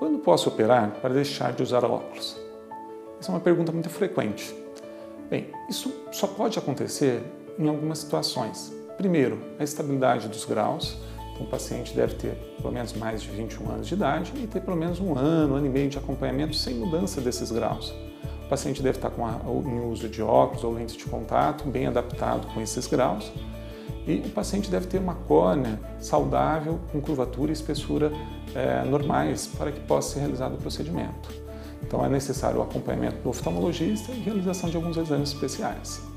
Quando posso operar para deixar de usar óculos? Essa é uma pergunta muito frequente. Bem, isso só pode acontecer em algumas situações. Primeiro, a estabilidade dos graus. Então, o paciente deve ter pelo menos mais de 21 anos de idade e ter pelo menos um ano e meio de acompanhamento sem mudança desses graus. O paciente deve estar em uso de óculos ou lentes de contato, bem adaptado com esses graus. E o paciente deve ter uma córnea saudável, com curvatura e espessura normais para que possa ser realizado o procedimento. Então é necessário o acompanhamento do oftalmologista e realização de alguns exames especiais.